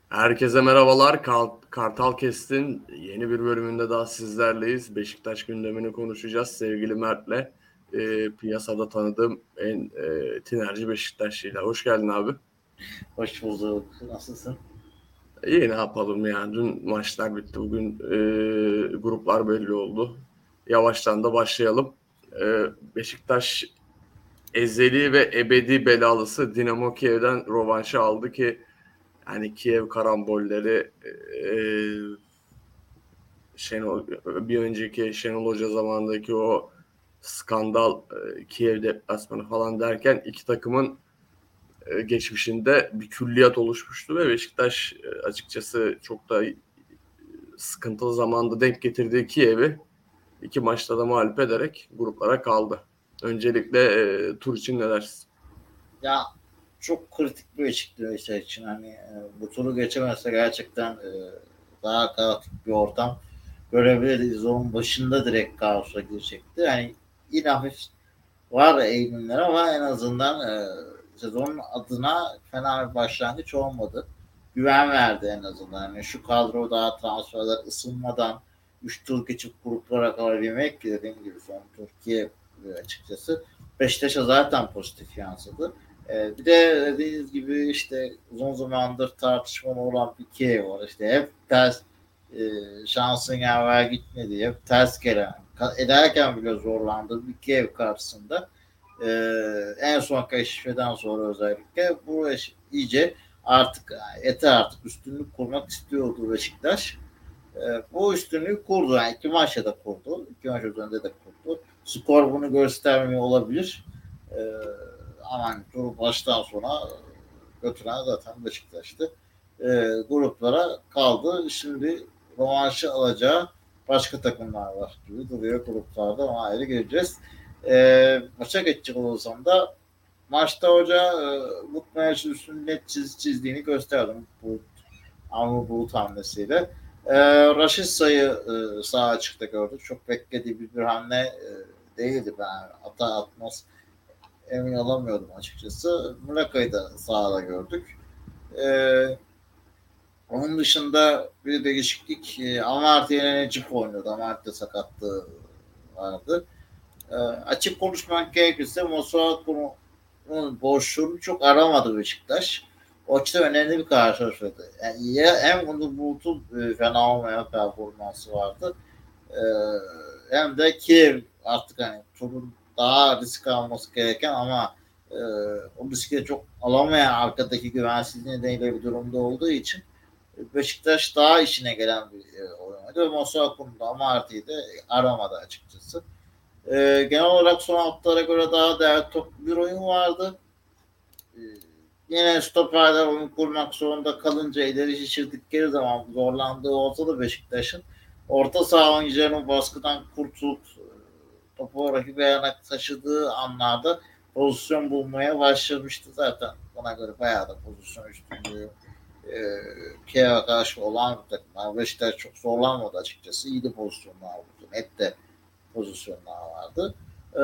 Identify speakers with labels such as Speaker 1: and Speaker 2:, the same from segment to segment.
Speaker 1: Herkese merhabalar. Kartal Kest'in yeni bir bölümünde daha sizlerleyiz. Beşiktaş gündemini konuşacağız sevgili Mert'le. Piyasada tanıdığım en tinerci Beşiktaşlı'yla. Hoş geldin abi.
Speaker 2: Hoş bulduk. Nasılsın?
Speaker 1: İyi ne yapalım yani. Dün maçlar bitti. Bugün gruplar belli oldu. Yavaştan da başlayalım. Beşiktaş ezeli ve ebedi belalısı Dinamo Kiev'den rövanşı aldı ki yani Kiev karambolleri Şenol, bir önceki Şenol Hoca zamanındaki o skandal Kiev deplasmanı falan derken iki takımın geçmişinde bir külliyat oluşmuştu ve Beşiktaş açıkçası çok da sıkıntılı zamanda denk getirdiği Kiev'i iki maçta da mağlup ederek gruplara kaldı. Öncelikle tur için ne dersin?
Speaker 2: Ya çok kritik bir Beşiktaş için bu turu geçemezse gerçekten daha kaotik bir ortam görebiliriz. Onun başında direkt kaosa girecekti. Yani yine hafif var eğilimler ama en azından sezonun adına fena bir başlangıç olmadı. Güven verdi en azından. Yani şu kadro daha transferler ısınmadan 3 tur geçip gruplara kalabilmek ki dediğim gibi son Türkiye açıkçası Beşiktaş'a zaten pozitif yansıdı. Bir de dediğiniz gibi işte uzun zamandır tartışmalı olan bir Kiev var. İşte hep ters e, şansın yaver gitmedi. Hep ters gelen. Ederken bile zorlandı bir Kiev karşısında. En son keşfeden sonra özellikle bu iyice artık yeter artık üstünlük kurmak istiyordu Beşiktaş. Bu üstünlüğü kurdu. Yani iki maçta da kurdu. İki maç üzerinde de kurdu. Skor bunu göstermiyor olabilir. Ee, Ama turu baştan sona götüren zaten Beşiktaş'tı. Gruplara kaldı. Şimdi rövanşı alacağı başka takımlar var gibi duruyor gruplarda ama ayrı geleceğiz. Maça geçecek olursam da maçta hoca Mutmayaş üstünü net çizdiğini gösterdi. Ama Bulut hamlesiyle. Raşit Say'ı sağ açıkta gördük. Çok beklediği bir hamle değildi. Ben hata atmaz emin olamıyordum açıkçası. Muraka'yı da sahada gördük. Onun dışında bir değişiklik Amartya yerine Necip oynuyordu. Amartya sakatlığı vardı. Açık konuşmak gerekirse Masuaku'nun boşluğunu çok aramadı Beşiktaş. O açıdan önemli bir karşılaşmaydı. Yani ya hem onu Bulut'un fena olmayan performansı vardı. E, Hem de Kiev artık hani turun daha risk alması gereken ama o riski çok alamayan arkadaki güvensizliği nedeniyle bir durumda olduğu için Beşiktaş daha işine gelen bir oyun oynadı. Masuaku'nun da Amartya'yı da aramadı açıkçası. Genel olarak son haftalara göre daha değerli toplu bir oyun vardı. Ee, Yine stoperler oyun kurmak zorunda kalınca ileri şişirdikleri zaman zorlandığı olsa da Beşiktaş'ın orta saha oyuncularının baskıdan kurtulup topu rakibe ayağına taşıdığı anlarda pozisyon bulmaya başlamıştı zaten. Bana göre bayağı da pozisyon üstünlüğü Kiev'e karşı olan bir takım. Beşiktaş çok zorlanmadı açıkçası. İyi de pozisyonlar buldu. Net de pozisyonlar vardı. Ee,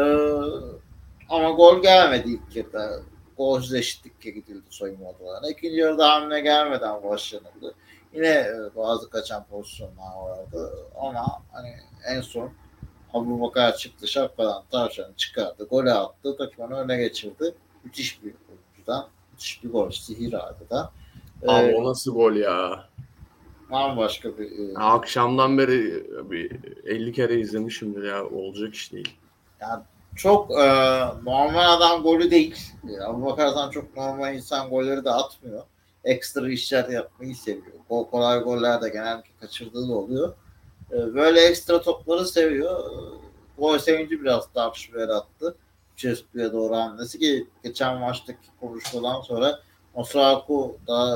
Speaker 2: Ama gol gelmedi ilk yarıda. Golsüz eşitlikle gidildi soyunma odalarına. İkinci yarıda hamle gelmeden başlanıldı. Yine bazı kaçan pozisyonlar vardı. Ama hani en son Abubakar çıktı şapkadan tavşanı çıkardı. Golü attı. Takımını öne geçirdi. Müthiş bir oyuncudan. Müthiş bir gol. Sihir adeta.
Speaker 1: Abi
Speaker 2: Ee,
Speaker 1: o nasıl gol ya?
Speaker 2: Bambaşka bir
Speaker 1: Akşamdan beri bir 50 kere izlemişimdir ya. Olacak iş değil.
Speaker 2: yani çok normal adam golü değil. Abubakar'dan çok normal insan golleri de atmıyor. Ekstra işler yapmayı seviyor. Kolay goller de genellikle kaçırdığı da oluyor. Böyle ekstra topları seviyor. Gol sevinci biraz tartışmaya attı. Cespu'ya doğru hamlesi ki geçen maçtaki konuşmadan sonra Osaku da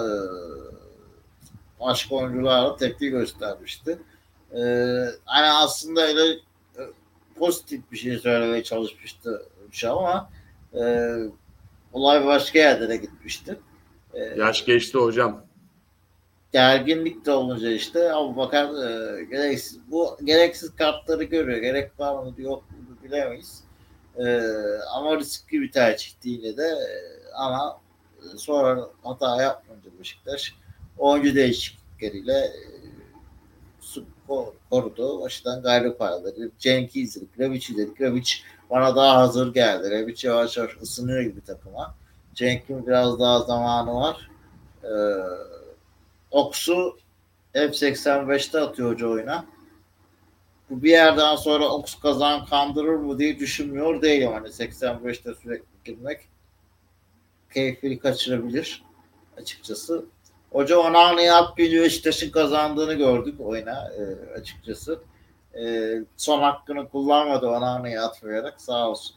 Speaker 2: başka oyuncularla tepki göstermişti. Hani aslında öyle pozitif bir şey söylemeye çalışmıştı ama e, olay başka yerlere gitmişti. E,
Speaker 1: Yaş geçti hocam.
Speaker 2: Gerginlik de olunca işte Abubakar gereksiz kartları görüyor. Gerek var mı yok mu bilemeyiz. Ama riskli bir tercih değil de ama sonra hata yapmayınca Beşiktaş oyuncu değişiklikleriyle korudu. Baştan galip aldı. Cenk'i izledik. Revic'i izledik. Revic bana daha hazır geldi. Revic yavaş yavaş ısınıyor gibi takıma. Cenk'in biraz daha zamanı var. Oks'u F85'te atıyor hoca oyuna. Bu bir yerden sonra Oks kandırır mı diye düşünmüyor değilim. Hani 85'te sürekli girmek keyfini kaçırabilir açıkçası. Hoca Onana'yı at bir Beşiktaş'ın kazandığını gördük oyuna açıkçası. Son hakkını kullanmadı Onana'yı atmayarak sağ olsun.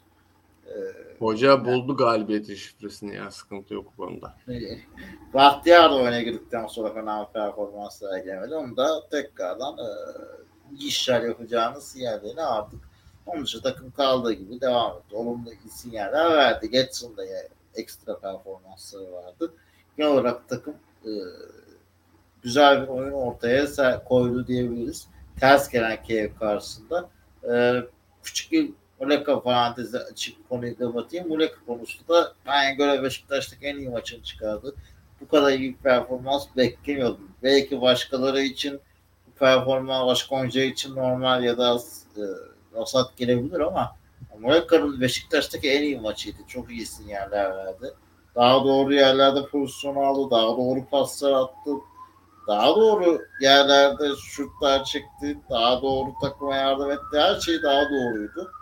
Speaker 1: Hoca buldu galibiyeti şifresini ya, sıkıntı yok bu konuda.
Speaker 2: Bahtiyar da oyuna girdikten sonra fena performans sergilemedi. Onu da tekrardan işler yapacağını sinyallerini artık onun için takım kaldığı gibi devam etti. Olumlu sinyaller verdi. Getson'da ekstra performansları vardı. Genel olarak takım güzel bir oyun ortaya koydu diyebiliriz. Ters gelen Kiev karşısında. Küçük bir Muleka parantezi açık konuyu kapatayım. Muleka konusu da bana göre Beşiktaş'taki en iyi maçını çıkardı. Bu kadar iyi bir performans beklemiyordum. Belki başkaları için performans, başka oyuncular için normal ya da vasat gelebilir ama Muleka'nın Beşiktaş'taki en iyi maçıydı. Çok iyi sinyaller verdi. Daha doğru yerlerde pozisyon aldı. Daha doğru paslar attı. Daha doğru yerlerde şutlar çekti. Daha doğru takıma yardım etti. Her şey daha doğruydu.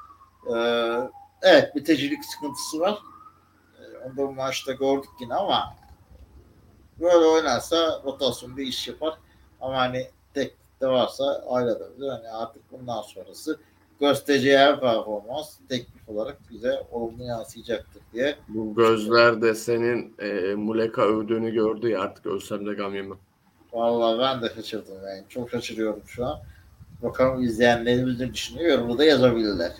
Speaker 2: Evet, bitecilik sıkıntısı var. Onu da bu maçta gördük yine ama böyle oynarsa rotasyon bir iş yapar. Ama hani teknikte varsa ayrılabilir. Hani artık bundan sonrası göstereceği her performans teknik olarak bize olumlu yansıyacaktır diye.
Speaker 1: Bu gözler de senin Muleka övdüğünü gördü ya, artık ölsem de gam yemem.
Speaker 2: Vallahi ben de şaşırdım yani. Çok şaşırıyorum şu an. Bakalım izleyenlerimiz ne düşünüyor? Yorumu da yazabilirler.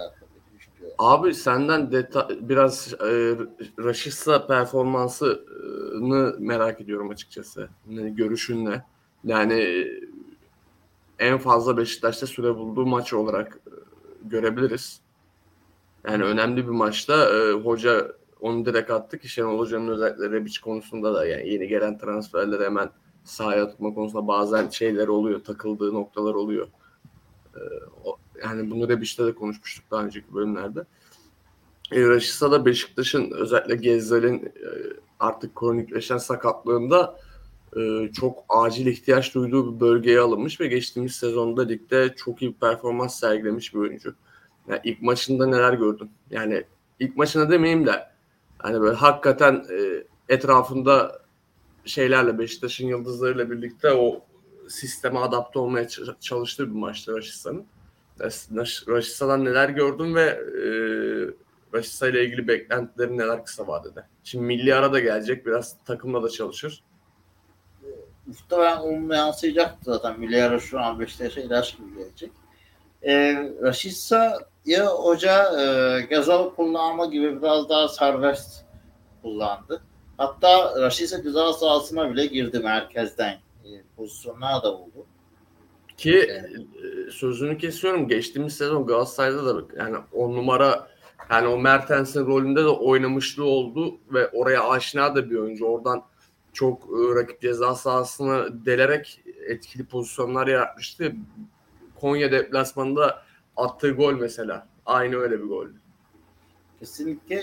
Speaker 1: Abi senden biraz Rashica performansını merak ediyorum açıkçası. Yani görüşün ne? Yani en fazla Beşiktaş'ta süre bulduğu maç olarak görebiliriz. Yani önemli bir maçta hoca onu direkt attı ki Şenol Hoca'nın özellikle Rebic konusunda da, yani yeni gelen transferleri hemen sahaya tutma konusunda bazen şeyler oluyor, takıldığı noktalar oluyor. Yani bunu Rebic'te de konuşmuştuk daha önceki bölümlerde. Raşitsa'da Beşiktaş'ın özellikle Gezzal'in artık kronikleşen sakatlığında çok acil ihtiyaç duyduğu bir bölgeye alınmış ve geçtiğimiz sezonda ligde çok iyi bir performans sergilemiş bir oyuncu. Yani ilk maçında neler gördün? Yani ilk maçına demeyeyim de hani böyle hakikaten etrafında şeylerle, Beşiktaş'ın yıldızlarıyla birlikte o sisteme adapte olmaya çalıştığı bir maçtı Raşitsa'nın. Raşitsa'dan neler gördün ve Rashica ile ilgili beklentilerin neler kısa vadede? Şimdi milli ara da gelecek. Biraz takımla da çalışır.
Speaker 2: Muhtemelen olumlu yansıyacaktı zaten. Milli ara şu an Beşiktaş'a ilaç gibi gelecek. Raşitsa'yı hoca Gezal kullanma gibi biraz daha serbest kullandı. Hatta Raşitsa ceza sahasına bile girdi merkezden. Pozisyonlar da buldu.
Speaker 1: Ki sözünü kesiyorum. Geçtiğimiz sezon Galatasaray'da da yani 10 numara, yani o Mertens'in rolünde de oynamışlığı oldu ve oraya aşina da bir oyuncu. Oradan çok rakip ceza sahasını delerek etkili pozisyonlar yaratmıştı. Konya deplasmanında attığı gol mesela. Aynı öyle bir gol.
Speaker 2: Kesinlikle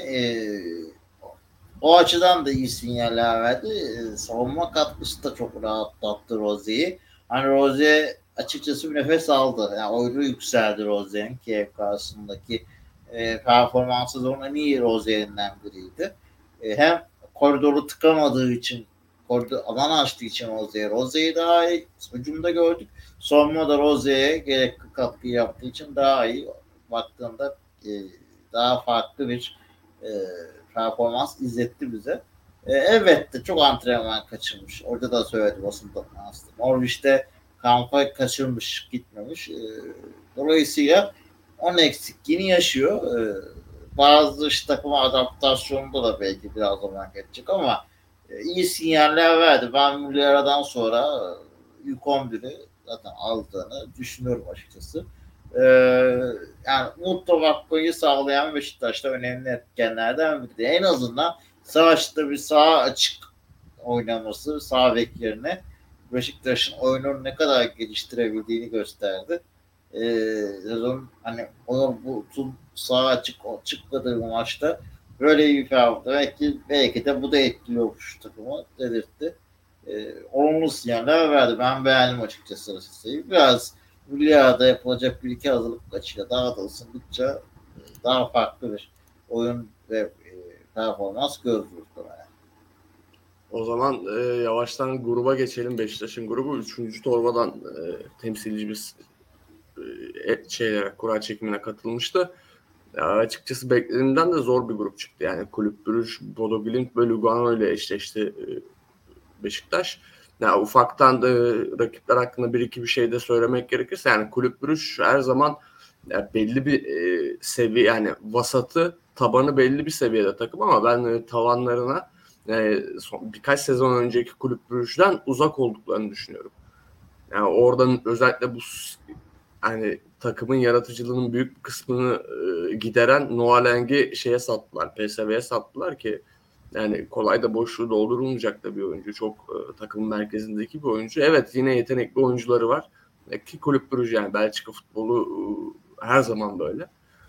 Speaker 2: o açıdan da iyi sinyaller verdi. Savunma katkısı da çok rahatlattı Rozier'i. Hani Rozier açıkçası bir nefes aldı. Yani oyunu yükseldi Rozier'in Kiev karşısındaki performansı da onun en iyi Rozier'inden biriydi. Hem koridoru tıkamadığı için, alan açtığı için Rozier'i daha iyi hücumda gördük. Savunmada Rozier'e gerekli katkı yaptığı için daha iyi baktığında daha farklı bir performans izletti bize. Elbette çok antrenman kaçırmış. Orada da söyledi basın toplantısında. Norwich'te kampa kaçırmış, gitmemiş. Dolayısıyla onun eksikliğini yaşıyor. Bazı takıma adaptasyonunda da belki biraz zaman geçecek ama iyi sinyaller verdi. Ben milli aradan sonra ilk 11'i zaten aldığını düşünüyorum açıkçası. Yani mutlu bakmayı sağlayan Beşiktaş'ta önemli etkenlerden biri. En azından sağ açıkta bir sağ açık oynaması sağ bek yerine Beşiktaş'ın oyununu ne kadar geliştirebildiğini gösterdi. Sezon hani bu sağ çıkmadığı maçta böyle bir demek ki belki de bu da etkiliyormuş takımı dedirtti. Olumlu sinyaller verdi. Ben beğendim açıkçası listeyi. Biraz Hülya'da yapılacak bir iki hazırlık maçıyla daha da ısındıkça daha farklı bir oyun ve performans görürüz.
Speaker 1: O zaman yavaştan gruba geçelim. Beşiktaş'ın grubu 3. torbadan temsilcimiz kura çekimine katılmıştı. Ya açıkçası beklediğimden de zor bir grup çıktı. Yani Kulüp Brugge, Bodo Glimt ve Lugano ile eşleşti Beşiktaş. Yani ufaktan rakipler hakkında bir iki bir şey de söylemek gerekirse yani Kulüp Brugge her zaman belli bir seviye yani vasatı tabanı belli bir seviyede takım ama ben tavanlarına birkaç sezon önceki Kulüp Brugge'den uzak olduklarını düşünüyorum. Yani oradan özellikle bu yani takımın yaratıcılığının büyük bir kısmını gideren Noah Lang'i sattılar. PSV'ye sattılar ki yani kolay da boşluğu doldurulmayacak da bir oyuncu. Çok takımın merkezindeki bir oyuncu. Evet yine yetenekli oyuncuları var. Ki Kulüp Brugge yani Belçika futbolu her zaman böyle.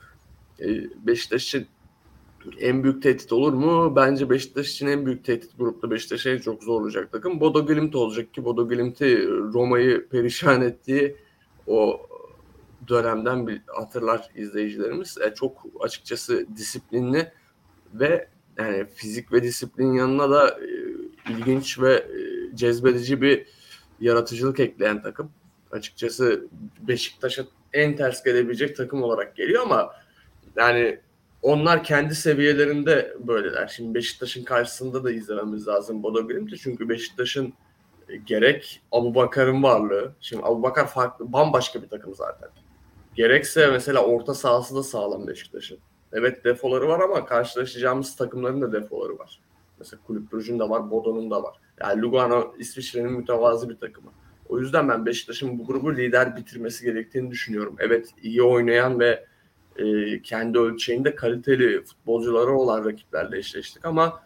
Speaker 1: Beşiktaş için en büyük tehdit olur mu? Bence Beşiktaş için en büyük tehdit grupta Beşiktaş'a en çok zorlayacak takım Bodo Glimt olacak ki Bodo Glimt'i Roma'yı perişan ettiği o dönemden bir hatırlar izleyicilerimiz. Çok açıkçası disiplinli ve yani fizik ve disiplin yanına da ilginç ve cezbedici bir yaratıcılık ekleyen takım. Açıkçası Beşiktaş'a en ters gelebilecek takım olarak geliyor ama yani onlar kendi seviyelerinde böyleler. Şimdi Beşiktaş'ın karşısında da izlememiz lazım Bodo Glimt'i. Çünkü Beşiktaş'ın gerek Abubakar'ın varlığı. Şimdi Abubakar farklı, bambaşka bir takım zaten. Gerekse mesela orta sahası da sağlam Beşiktaş'ın. Evet defoları var ama karşılaşacağımız takımların da defoları var. Mesela Kulüp Brugge'ün de var, Bodo'nun da var. Yani Lugano İsviçre'nin mütevazı bir takımı. O yüzden ben Beşiktaş'ın bu grubu lider bitirmesi gerektiğini düşünüyorum. Evet iyi oynayan ve kendi ölçeğinde kaliteli futbolcuları olan rakiplerle eşleştik ama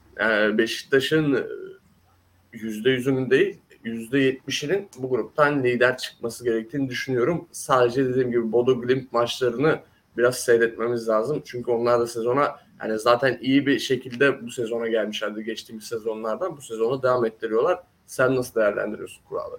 Speaker 1: Beşiktaş'ın %100'ünün değil %70'inin bu gruptan lider çıkması gerektiğini düşünüyorum. Sadece dediğim gibi Bodo Glimt maçlarını biraz seyretmemiz lazım. Çünkü onlar da sezona yani zaten iyi bir şekilde bu sezona gelmişlerdi geçtiğimiz sezonlardan. Bu sezonu devam ettiriyorlar. Sen nasıl değerlendiriyorsun kuralları?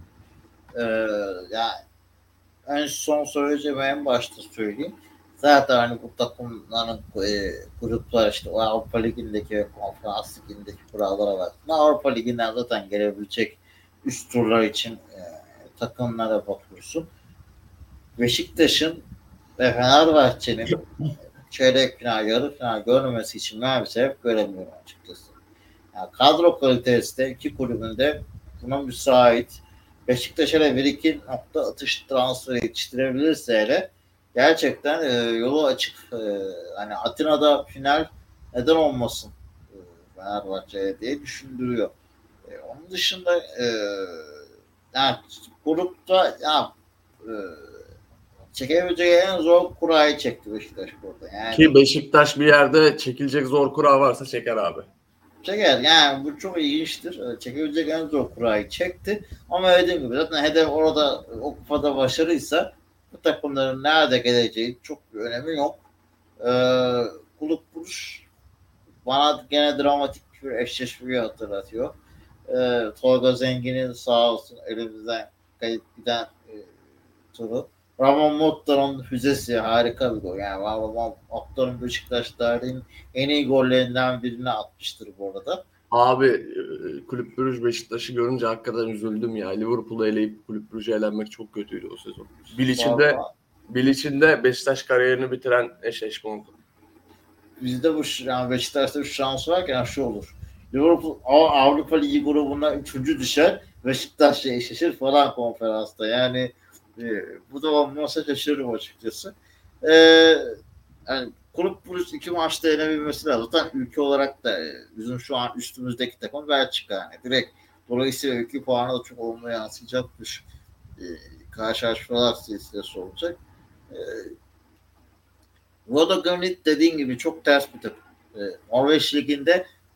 Speaker 2: Ya en son söyleyeceğim en başta söyleyeyim. Zaten hani bu takımların gruplar işte o Avrupa Ligi'ndeki ve Konferans Ligi'ndeki kurallara bak. Avrupa Ligi'nden zaten gelebilecek üst turlar için takımlara bakıyorsun. Beşiktaş'ın ve Fenerbahçe'nin çeyrek final, yarı final görmemesi için ben bir sebep göremiyorum açıkçası. Yani kadro kalitesi de iki kulübünde buna müsait. Beşiktaş'a da bir iki nokta atış transferi yetiştirebilirse hele gerçekten yolu açık. Hani Atina'da final neden olmasın Fenerbahçe'ye diye düşündürüyor. Onun dışında yani grupta e, çekebileceği en zor kurayı çekti Beşiktaş burada. Yani
Speaker 1: Ki Beşiktaş bir yerde çekilecek zor kura varsa çeker abi.
Speaker 2: çeker. Yani bu çok ilginçtir. Çekebilecek en zor kurayı çekti. Ama dediğim gibi zaten hedef orada o kupada başarıysa bu takımların nerede geleceği çok bir önemi yok. Kulüp Buruş bana gene dramatik bir eşleşmeyi hatırlatıyor. Tolga Zengin'in sağ olsun elimizden kayıp giden turu. Ramon Motta'nın füzesi harika bir gol. Yani Ramon Motta'nın Beşiktaş tarihinin en iyi gollerinden birini atmıştır bu arada.
Speaker 1: Abi Kulüp Brugge Beşiktaş'ı görünce hakikaten üzüldüm ya. Liverpool'u eleyip Kulüp Brugge'e elenmek çok kötüydü o sezon. Bilic'inde Beşiktaş kariyerini bitiren eşleşme oldu.
Speaker 2: Bizde bu yani Beşiktaş'ta bir şans varken şu olur. Liverpool Avrupa Ligi grubundan 3. düşer. Beşiktaş'la eşleşir falan konferansta. Yani bu da olmasa şaşırırım açıkçası. Yani Kulüp Brugge 2 maçta yenebilmesi lazım. Zaten ülke olarak da bizim şu an üstümüzdeki takım Belçika. Yani direkt dolayısıyla 2 puanı da çok olumlu yansıyacak bir karşılaşmalar silsilesi olacak. Bodo Glimt dediğin gibi çok ters bir takım. Norveç Ligi'nde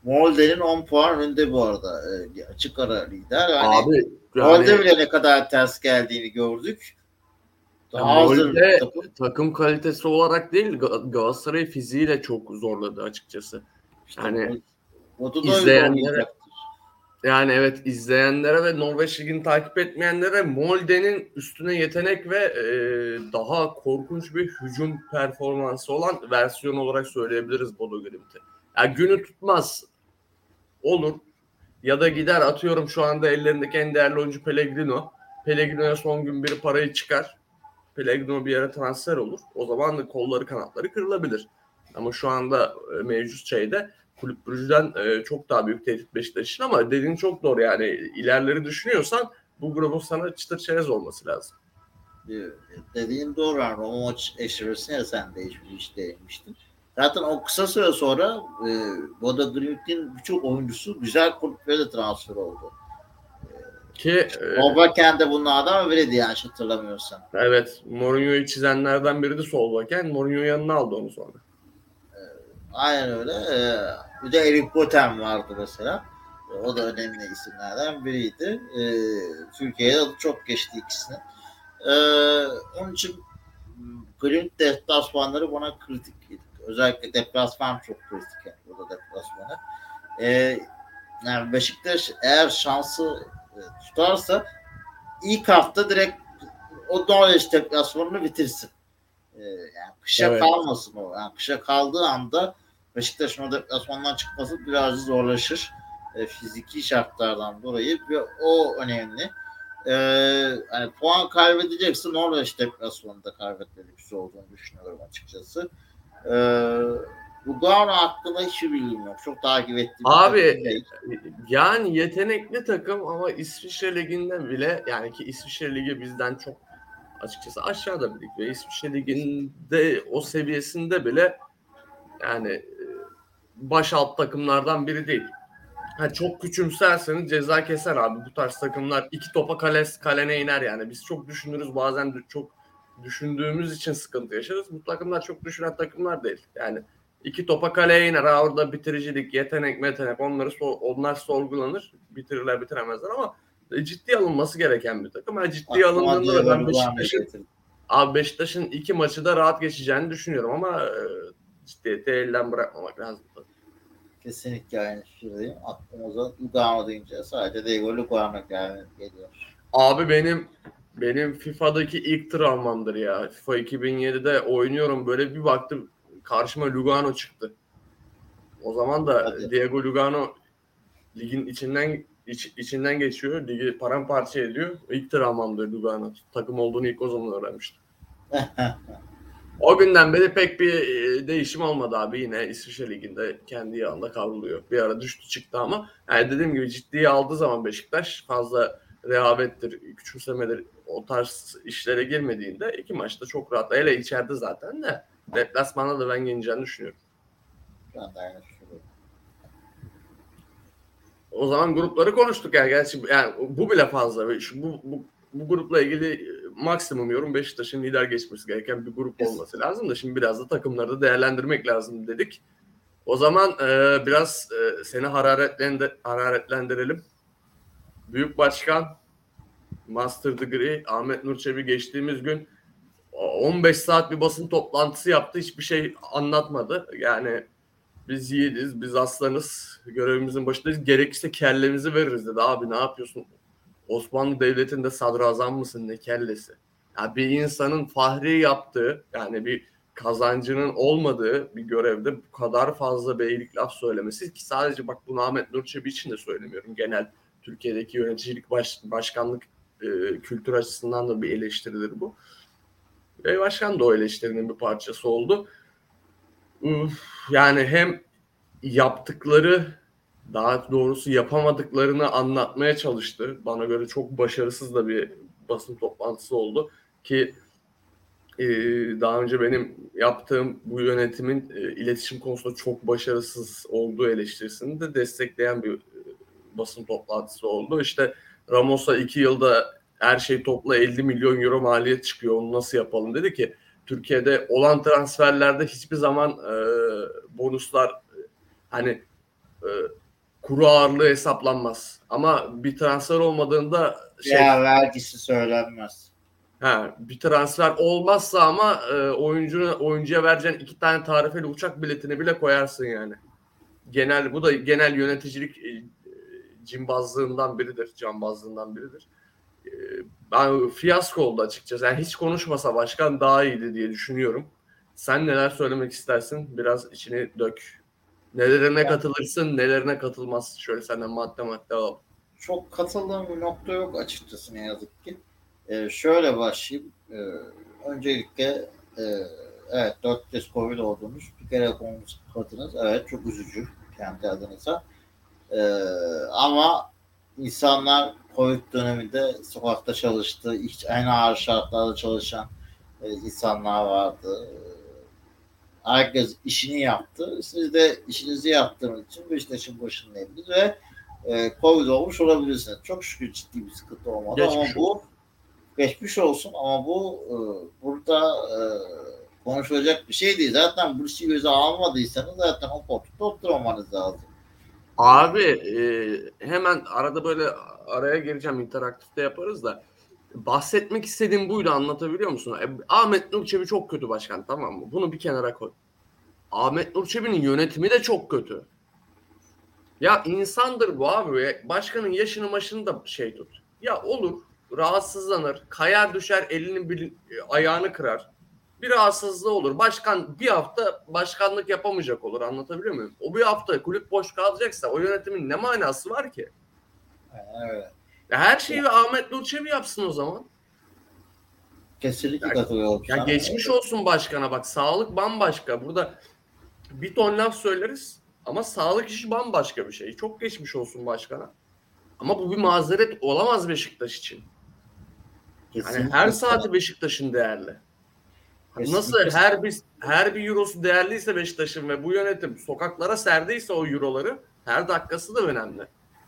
Speaker 2: Molde'nin 10 puan önünde bu arada. Açık ara lider. Yani
Speaker 1: Abi
Speaker 2: Molde
Speaker 1: yani
Speaker 2: bile ne kadar ters geldiğini gördük. Daha hazır bir
Speaker 1: Molde
Speaker 2: takım.
Speaker 1: takım kalitesi olarak değil Galatasaray fiziğiyle çok zorladı açıkçası.
Speaker 2: İşte
Speaker 1: Yani
Speaker 2: Bodo da öyle
Speaker 1: izleyenlere
Speaker 2: oynayacaktır.
Speaker 1: yani evet izleyenlere ve Norveç Ligi'ni takip etmeyenlere Molde'nin üstüne yetenek ve daha korkunç bir hücum performansı olan versiyon olarak söyleyebiliriz Bodo Glimt'i. Yani günü tutmaz olur ya da gider atıyorum şu anda ellerindeki en değerli oyuncu Pellegrino. Pellegrino'ya son gün biri parayı çıkar. Pellegrino bir yere transfer olur. O zaman da kolları kanatları kırılabilir. Ama şu anda mevcut şeyde Kulüp Brugge'den çok daha büyük tehdit Beşiktaş için ama dediğin çok doğru yani ilerleri düşünüyorsan bu grubun sana çıtır çerez olması lazım.
Speaker 2: Dediğin doğru. Yani Roma maç eşleşmesine sen de hiç değinmiştin. Zaten o kısa süre sonra Bodo Glimt'in birçok oyuncusu güzel kulüplere de transfer oldu.
Speaker 1: Ki
Speaker 2: Obaken de bunlardan biriydi yanlış hatırlamıyorsam.
Speaker 1: evet Mourinho'yu çizenlerden biri de sol baken Mourinho yanına aldı onu sonra.
Speaker 2: Aynen öyle. Bir de Eric Boten vardı mesela. O da önemli isimlerden biriydi. Türkiye'de adı çok geçti ikisinin. Onun için Klimt deplasmanları bana kritik. Özellikle deplasman çok kritik. Yani burada deplasmanı. Yani Beşiktaş eğer şansı tutarsa ilk hafta direkt o Norveç deplasmanını bitirsin. Yani kışa
Speaker 1: Evet.
Speaker 2: kalmasın o. Yani kışa kaldığı anda Beşiktaş'ın o deplasmandan çıkması biraz zorlaşır. Fiziki şartlardan dolayı ve o önemli. Hani puan kaybedeceksin Norveç deplasmanında kaybetmediğimiz olduğunu düşünüyorum açıkçası. Lugano hakkında hiçbir bilgim yok. Çok takip ettiğim
Speaker 1: Abi
Speaker 2: değil.
Speaker 1: yani yetenekli takım ama İsviçre Ligi'nde bile yani ki İsviçre Ligi bizden çok açıkçası aşağıda bir lig ve İsviçre Ligi'nde o seviyesinde bile yani baş alt takımlardan biri değil. Ha, çok küçümserseniz ceza keser abi. Bu tarz takımlar iki topa kalene iner yani. Biz çok düşünürüz bazen çok düşündüğümüz için sıkıntı yaşarız. Bu takımlar çok düşünen takımlar değil. Yani iki topa kaleye iner. Ha, orada bitiricilik, yetenek, metenek onlar sorgulanır. Bitirirler bitiremezler ama ciddi alınması gereken bir takım. Ha, ciddi
Speaker 2: Aklıma
Speaker 1: alındığında da
Speaker 2: Diego
Speaker 1: ben
Speaker 2: Lugano'yu
Speaker 1: Beşiktaş'ın
Speaker 2: getirdim.
Speaker 1: Beşiktaş'ın iki maçı da rahat geçeceğini düşünüyorum ama ciddiyeti elden bırakmamak lazım.
Speaker 2: Kesinlikle aynı fikirdeyim. Aklımıza Lugano deyince sadece Diego Lugano geliyor.
Speaker 1: Abi benim FIFA'daki ilk travmamdır ya. FIFA 2007'de oynuyorum böyle bir baktım karşıma Lugano çıktı. O zaman da
Speaker 2: Hadi.
Speaker 1: Diego Lugano ligin içinden geçiyor. Ligi paramparça ediyor. İlk travmamdır Lugano. Takım olduğunu ilk o zaman öğrenmiştim. O günden beri pek bir değişim olmadı abi. Yine İsviçre Ligi'nde kendi yağında kavruluyor. Bir ara düştü çıktı ama yani dediğim gibi ciddiye aldığı zaman Beşiktaş fazla rehavettir, küçümsemedir o tarz işlere girmediğinde iki maçta çok rahat. Hele içeride zaten de deplasmanda da ben yeneceğini düşünüyorum.
Speaker 2: Ben de aynı fikirdeyim.
Speaker 1: O zaman grupları konuştuk yani. Gerçi yani bu bile fazla. Bu grupla ilgili maksimum yorum Beşiktaş'ın lider geçmesi gereken bir grup olması lazım da şimdi biraz da takımları da değerlendirmek lazım dedik. O zaman biraz seni hararetlendirelim. Büyük Başkan Master Degree Ahmet Nur Çebi geçtiğimiz gün 15 saat bir basın toplantısı yaptı. Hiçbir şey anlatmadı. Yani biz yiğidiz, biz aslanız, görevimizin başındayız. Gerekirse kellemizi veririz dedi. Abi ne yapıyorsun? Osmanlı Devleti'nde sadrazam mısın? Ne kellesi? Ya bir insanın fahri yaptığı, yani bir kazancının olmadığı bir görevde bu kadar fazla beylik laf söylemesi ki sadece bak bunu Ahmet Nur Çebi için de söylemiyorum. Genel Türkiye'deki yöneticilik başkanlık kültür açısından da bir eleştiridir bu. Ve başkan da o eleştirinin bir parçası oldu. Yani hem yaptıkları daha doğrusu yapamadıklarını anlatmaya çalıştı. Bana göre çok başarısız da bir basın toplantısı oldu ki daha önce benim yaptığım bu yönetimin iletişim konusunda çok başarısız olduğu eleştirisini de destekleyen bir basın toplantısı oldu. İşte Ramos'a 2 yılda her şey topla 50 milyon euro maliyet çıkıyor. Onu nasıl yapalım dedi ki Türkiye'de olan transferlerde hiçbir zaman bonuslar hani e, kuru ağırlığı hesaplanmaz. Ama bir transfer olmadığında
Speaker 2: Veya vergisi söylenmez.
Speaker 1: bir transfer olmazsa ama oyuncuya vereceğin 2 tane tarifeli uçak biletini bile koyarsın yani. Bu da genel yöneticilik cambazlığından biridir. Ben fiyasko oldu açıkçası. Yani hiç konuşmasa başkan daha iyiydi diye düşünüyorum. Sen neler söylemek istersin? Biraz içini dök. Nelerine katılırsın, nelerine katılmazsın? Şöyle senden madde alalım.
Speaker 2: Çok katıldığım bir nokta yok açıkçası, ne yazık ki. Şöyle başlayayım. Öncelikle evet 4 kez Covid oldunuz. Bir kere konuşmadınız. Evet, çok üzücü kendi adınıza. Ama insanlar Covid döneminde sokakta çalıştı. Hiç en ağır şartlarda çalışan insanlar vardı. Herkes işini yaptı. Siz de işinizi yaptığınız için Beşiktaş'ın başındaydınız ve Covid olmuş olabilirsiniz. Çok şükür ciddi bir sıkıntı olmadı geçmiş olsun ama bu burada konuşulacak bir şey değil. Zaten bu işi göze almadıysanız zaten o koltukta oturmamanız lazım.
Speaker 1: Abi hemen arada böyle araya gireceğim, interaktifte yaparız da bahsetmek istediğim buydu, anlatabiliyor musun? Ahmet Nur Çebi çok kötü başkan, tamam mı? Bunu bir kenara koy. Ahmet Nur Çebi'nin yönetimi de çok kötü. Ya insandır bu abi. Başkanın yaşını maşını da tut. Ya olur, rahatsızlanır, kayar düşer, ayağını kırar. Bir rahatsızlığı olur. Başkan bir hafta başkanlık yapamayacak olur. Anlatabiliyor muyum? O bir hafta kulüp boş kalacaksa o yönetimin ne manası var ki?
Speaker 2: Evet.
Speaker 1: Ya her şeyi Ahmet Nur Çebi yapsın o zaman.
Speaker 2: Kesinlikle katılıyorum.
Speaker 1: Ya geçmiş olsun başkana, bak sağlık bambaşka. Burada bir ton laf söyleriz ama sağlık işi bambaşka bir şey. Çok geçmiş olsun başkana. Ama bu bir mazeret olamaz Beşiktaş için. Yani her saati Beşiktaş'ın değerli. Nasıl her bir eurosu değerliyse Beşiktaş'ın ve bu yönetim sokaklara serdiyse o euroları, her dakikası da önemli.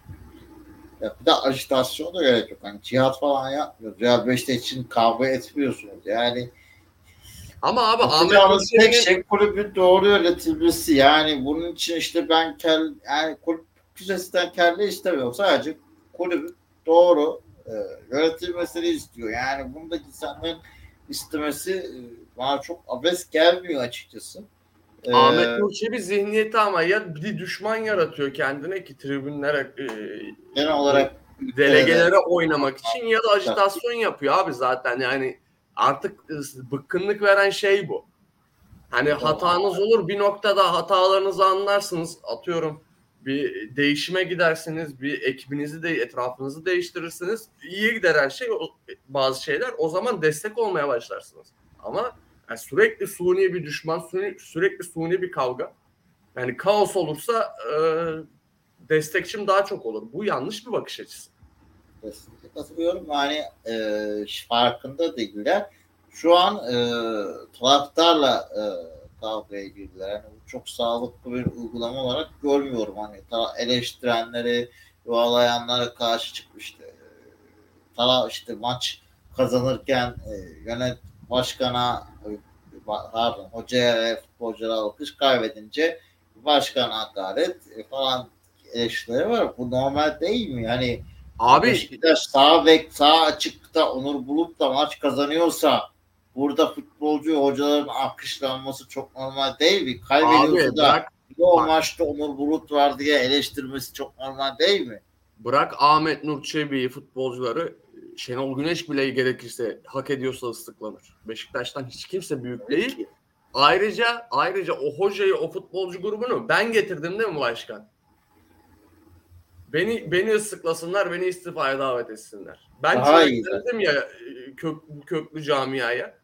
Speaker 2: Ya bir de ajitasyon da gerek yok. Hani cihat falan yapmıyoruz. Ya Beşiktaş için kavga etmiyorsunuz. Yani
Speaker 1: ama abi
Speaker 2: yapacağımız tek şey kulübün doğru yönetilmesi. Yani bunun için işte ben kulüp küçesinden kelle istemiyorum. Sadece kulübün doğru yönetilmesini istiyor. Yani bunu da insanların istemesi bana çok abes gelmiyor açıkçası.
Speaker 1: Ahmet Nur Çebi zihniyeti ama ya bir düşman yaratıyor kendine ki tribünlere
Speaker 2: genel olarak
Speaker 1: delegelere oynamak için, ya da ajitasyon yapıyor abi zaten. Yani artık bıkkınlık veren şey bu. Hani hatanız olur, bir noktada hatalarınızı anlarsınız, atıyorum bir değişime gidersiniz, bir ekibinizi de etrafınızı değiştirirsiniz, İyi gider her şey, bazı şeyler, o zaman destek olmaya başlarsınız. Ama yani sürekli suni bir düşman, sürekli suni bir kavga, yani kaos olursa destekçim daha çok olur. Bu yanlış bir bakış açısı.
Speaker 2: Kesinlikle katılıyorum. Yani farkında değiller. Şu an taraftarla kavgaya girdiler. Yani çok sağlıklı bir uygulama olarak görmüyorum. Hani eleştirenleri, yuvalayanlara karşı çıkmıştı. İşte maç kazanırken başkana hocaya ve futbolculara alkış, kaybedince başkana hakaret falan eleştirileri var. Bu normal değil mi? Yani abi Beşiktaş sağ açıkta Onur Bulut da maç kazanıyorsa burada futbolcu hocaların alkışlanması çok normal değil mi? Kaybediyorsa abi, da o maçta Onur Bulut var diye eleştirmesi çok normal değil mi?
Speaker 1: Bırak Ahmet Nur Çebi'yi, futbolcuları, Şenol Güneş bile gerekirse hak ediyorsa ıslıklanır. Beşiktaş'tan hiç kimse büyük değil. Ayrıca o hocayı, o futbolcu grubunu ben getirdim değil mi başkan? Beni ıslıklasınlar, beni istifaya davet etsinler. Ben çörekledim ya köklü camiaya.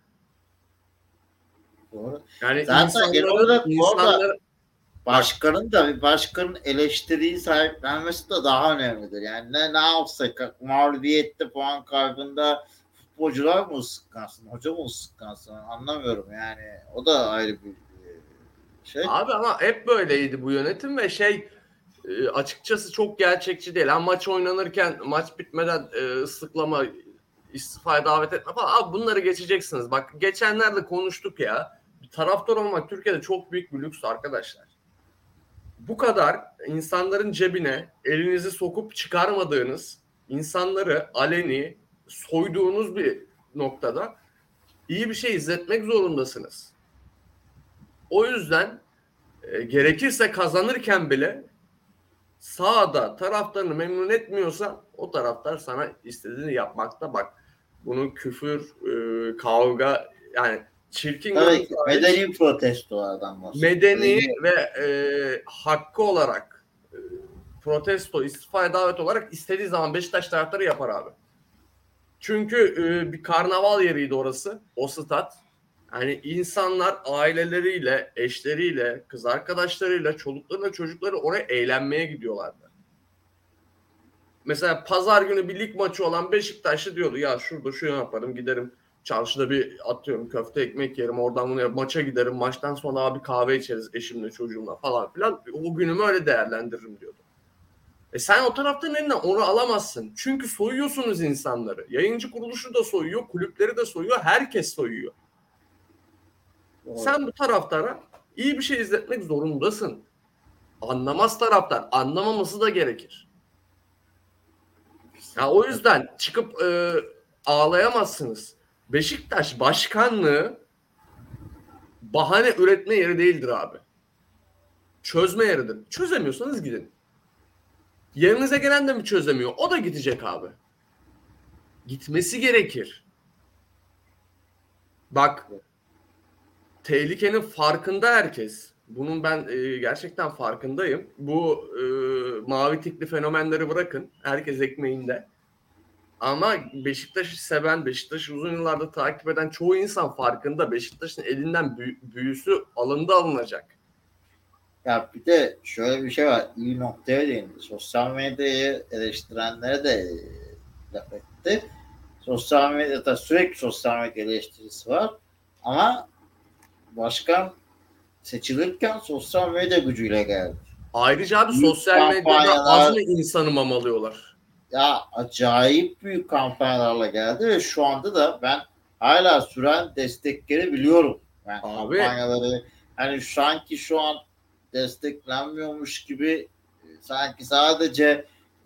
Speaker 2: Doğru.
Speaker 1: Yani
Speaker 2: zaten insanları başkanın eleştiriyi sahiplenmesi de daha önemlidir. Yani ne yapsak, mağlubiyette, puan kaybında futbolcular mı ıslıklansın, hoca mı ıslıklansın, anlamıyorum yani. O da ayrı bir şey.
Speaker 1: Abi ama hep böyleydi bu yönetim ve açıkçası çok gerçekçi değil. Maç oynanırken, maç bitmeden ıslıklama, istifaya davet etme falan. Abi bunları geçeceksiniz. Bak geçenlerde konuştuk ya. Bir taraftar olmak Türkiye'de çok büyük bir lüks arkadaşlar. bu kadar insanların cebine elinizi sokup çıkarmadığınız, insanları aleni soyduğunuz bir noktada iyi bir şey izletmek zorundasınız. O yüzden gerekirse kazanırken bile sahada taraftarını memnun etmiyorsa o taraftar sana istediğini yapmakta. Bak bunun küfür, kavga yani çirkin
Speaker 2: Tabii ki
Speaker 1: görüntü hariç,
Speaker 2: medeni protestolardan bahsediyor.
Speaker 1: medeni ve hakkı olarak protesto, istifaya davet olarak istediği zaman Beşiktaş taraftarı yapar abi. Çünkü bir karnaval yeriydi orası. O stat. Yani insanlar aileleriyle, eşleriyle, kız arkadaşlarıyla, çoluklarıyla, çocukları oraya eğlenmeye gidiyorlardı. Mesela pazar günü bir lig maçı olan Beşiktaşlı diyordu ya şurada şunu yaparım giderim çarşıda bir atıyorum köfte ekmek yerim oradan bunu maça giderim maçtan sonra abi kahve içeriz eşimle çocuğumla falan filan o günümü öyle değerlendiririm diyordu. Sen o taraftan elinden onu alamazsın. Çünkü soyuyorsunuz insanları. Yayıncı kuruluşu da soyuyor, kulüpleri de soyuyor, herkes soyuyor.
Speaker 2: Doğru.
Speaker 1: Sen bu taraftara iyi bir şey izletmek zorundasın. Anlamaz taraftar. Anlamaması da gerekir. Ya o yüzden çıkıp ağlayamazsınız. Beşiktaş başkanlığı bahane üretme yeri değildir abi. Çözme yeridir. Çözemiyorsanız gidin. Yerinize gelen de mi çözemiyor? O da gidecek abi. Gitmesi gerekir. Bak tehlikenin farkında herkes. Bunun ben gerçekten farkındayım. Bu mavi tikli fenomenleri bırakın. Herkes ekmeğinde. Ama Beşiktaş'ı seven, Beşiktaş'ı uzun yıllarda takip eden çoğu insan farkında. Beşiktaş'ın elinden büyüsü alınacak.
Speaker 2: Ya bir de şöyle bir şey var. İyi noktaya değindi. Sosyal medyayı eleştirenlere de laf etti. Sosyal medyada sürekli sosyal medya eleştirisi var. Ama başkan seçilirken sosyal medya gücüyle geldi.
Speaker 1: Ayrıca abi
Speaker 2: Büyük
Speaker 1: sosyal medyada az mı insanı mamalıyorlar?
Speaker 2: Ya acayip büyük kampanyalarla geldi ve şu anda da ben hala süren destekleri biliyorum. Yani
Speaker 1: Abi.
Speaker 2: Kampanyaları hani sanki şu an desteklenmiyormuş gibi sanki sadece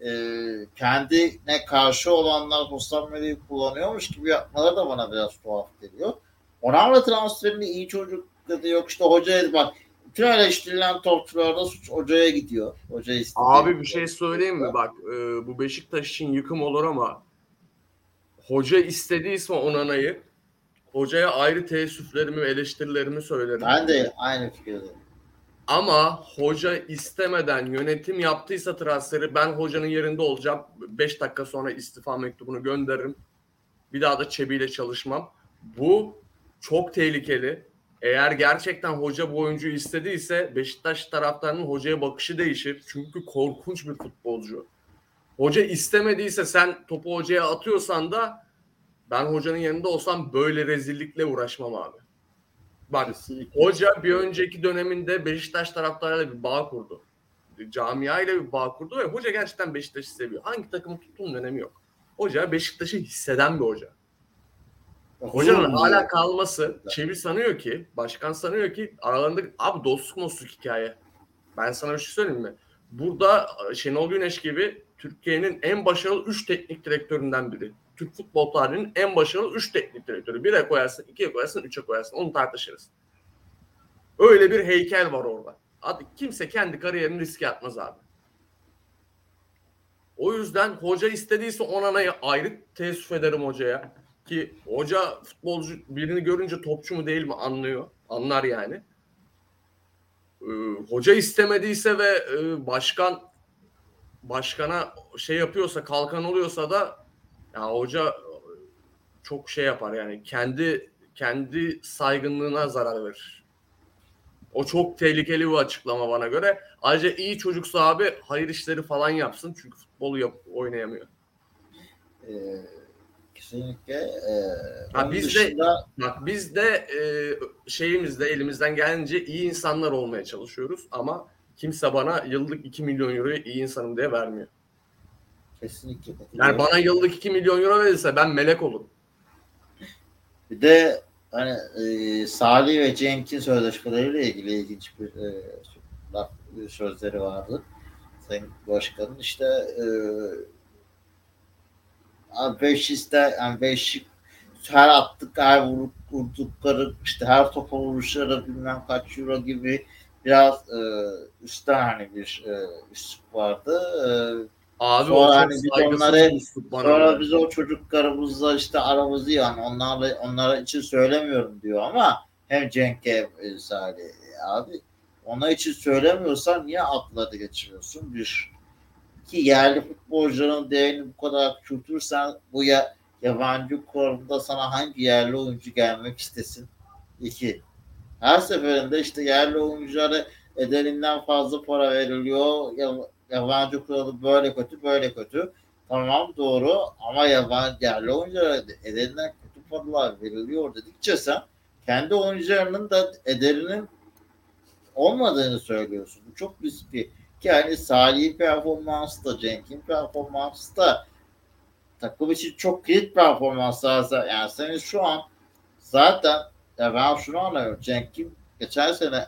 Speaker 2: kendine karşı olanlar sosyal medyayı kullanıyormuş gibi yapmaları da bana biraz tuhaf geliyor. Onarla transferinde iyi çocuk dedi yok işte hocaya bak bütün eleştirilen topçularda suç hocaya gidiyor. Hoca istedi.
Speaker 1: Abi bir şey söyleyeyim mi? Bak bu Beşiktaş için yıkım olur ama hoca istediyse Onana'yı hocaya ayrı teessüflerimi, eleştirilerimi söylerim.
Speaker 2: Ben de aynı fikirdeyim.
Speaker 1: Ama hoca istemeden yönetim yaptıysa transferi ben hocanın yerinde olacağım. 5 dakika sonra istifa mektubunu gönderirim. Bir daha da Çebi'yle çalışmam. Bu çok tehlikeli. Eğer gerçekten hoca bu oyuncuyu istediyse Beşiktaş taraftarının hocaya bakışı değişir. Çünkü korkunç bir futbolcu. Hoca istemediyse sen topu hocaya atıyorsan da ben hocanın yanında olsam böyle rezillikle uğraşmam abi. Bak
Speaker 2: Kesinlikle.
Speaker 1: hoca bir önceki döneminde Beşiktaş taraftarıyla bir bağ kurdu. Camiayla bir bağ kurdu ve hoca gerçekten Beşiktaş'ı seviyor. Hangi takımı tuttuğunun önemi yok. Hoca Beşiktaş'ı hisseden bir hoca. Hocanın hala kalması Çevi sanıyor ki, başkan sanıyor ki aralarında abi dostluk hikaye. Ben sana bir şey söyleyeyim mi? Burada Şenol Güneş gibi Türkiye'nin en başarılı 3 teknik direktöründen biri. Türk futbol tarihinin en başarılı 3 teknik direktörü. 1'e koyarsın, 2'ye koyarsın, 3'e koyarsın. Onu tartışırız. Öyle bir heykel var orada. Kimse kendi kariyerini riske atmaz abi. O yüzden hoca istediyse Onana'yı ayrı teessüf ederim hocaya. Ki hoca futbolcu birini görünce topçu mu değil mi anlıyor. Anlar yani. Hoca istemediyse ve başkana şey yapıyorsa kalkan oluyorsa da ya hoca çok şey yapar yani kendi saygınlığına zarar verir. O çok tehlikeli bir açıklama bana göre. Ayrıca iyi çocuksa abi hayır işleri falan yapsın çünkü futbolu oynayamıyor.
Speaker 2: Kesinlikle.
Speaker 1: Biz de şeyimizde elimizden gelince iyi insanlar olmaya çalışıyoruz ama kimse bana yıllık 2 milyon euroyu iyi insanım diye vermiyor.
Speaker 2: Kesinlikle.
Speaker 1: Yani bana yıllık 2 milyon euro verirse ben melek olurum.
Speaker 2: Bir de hani Salih ve Cenk'in sözleşmeleriyle ilgili ilginç bir laf sözleri vardı. Sayın Başkan'ın işte abi 5 iste yani 5 her attık her vurdukları işte her topa vuruşları bilmem kaç euro gibi biraz üstten hani bir üslup vardı.
Speaker 1: Abi o
Speaker 2: Sonra
Speaker 1: çok
Speaker 2: hani biz
Speaker 1: saygısız bir
Speaker 2: onları
Speaker 1: üslup bana
Speaker 2: sonra
Speaker 1: göre.
Speaker 2: biz o çocuklarımızla işte aramızı yani onlara için söylemiyorum diyor ama hem Cenk'e Salih abi ona için söylemiyorsan niye atları geçiriyorsun? Bir ki yerli futbolcuların değerini bu kadar küçültürsen bu yabancı kurumda sana hangi yerli oyuncu gelmek istesin? İki. Her seferinde işte yerli oyunculara ederinden fazla para veriliyor. Yabancı kuralı böyle kötü böyle kötü. Tamam doğru ama yabancı yerli oyunculara ederinden kötü paralar veriliyor dedikçe sen kendi oyuncularının da ederinin olmadığını söylüyorsun. Bu çok riskli. Ki hani Salih'in performansı da Cenk'in performansı da takım için çok kilit performanslar. Yani senin şu an zaten ya ben şunu anlıyorum. Cenk'in geçen sene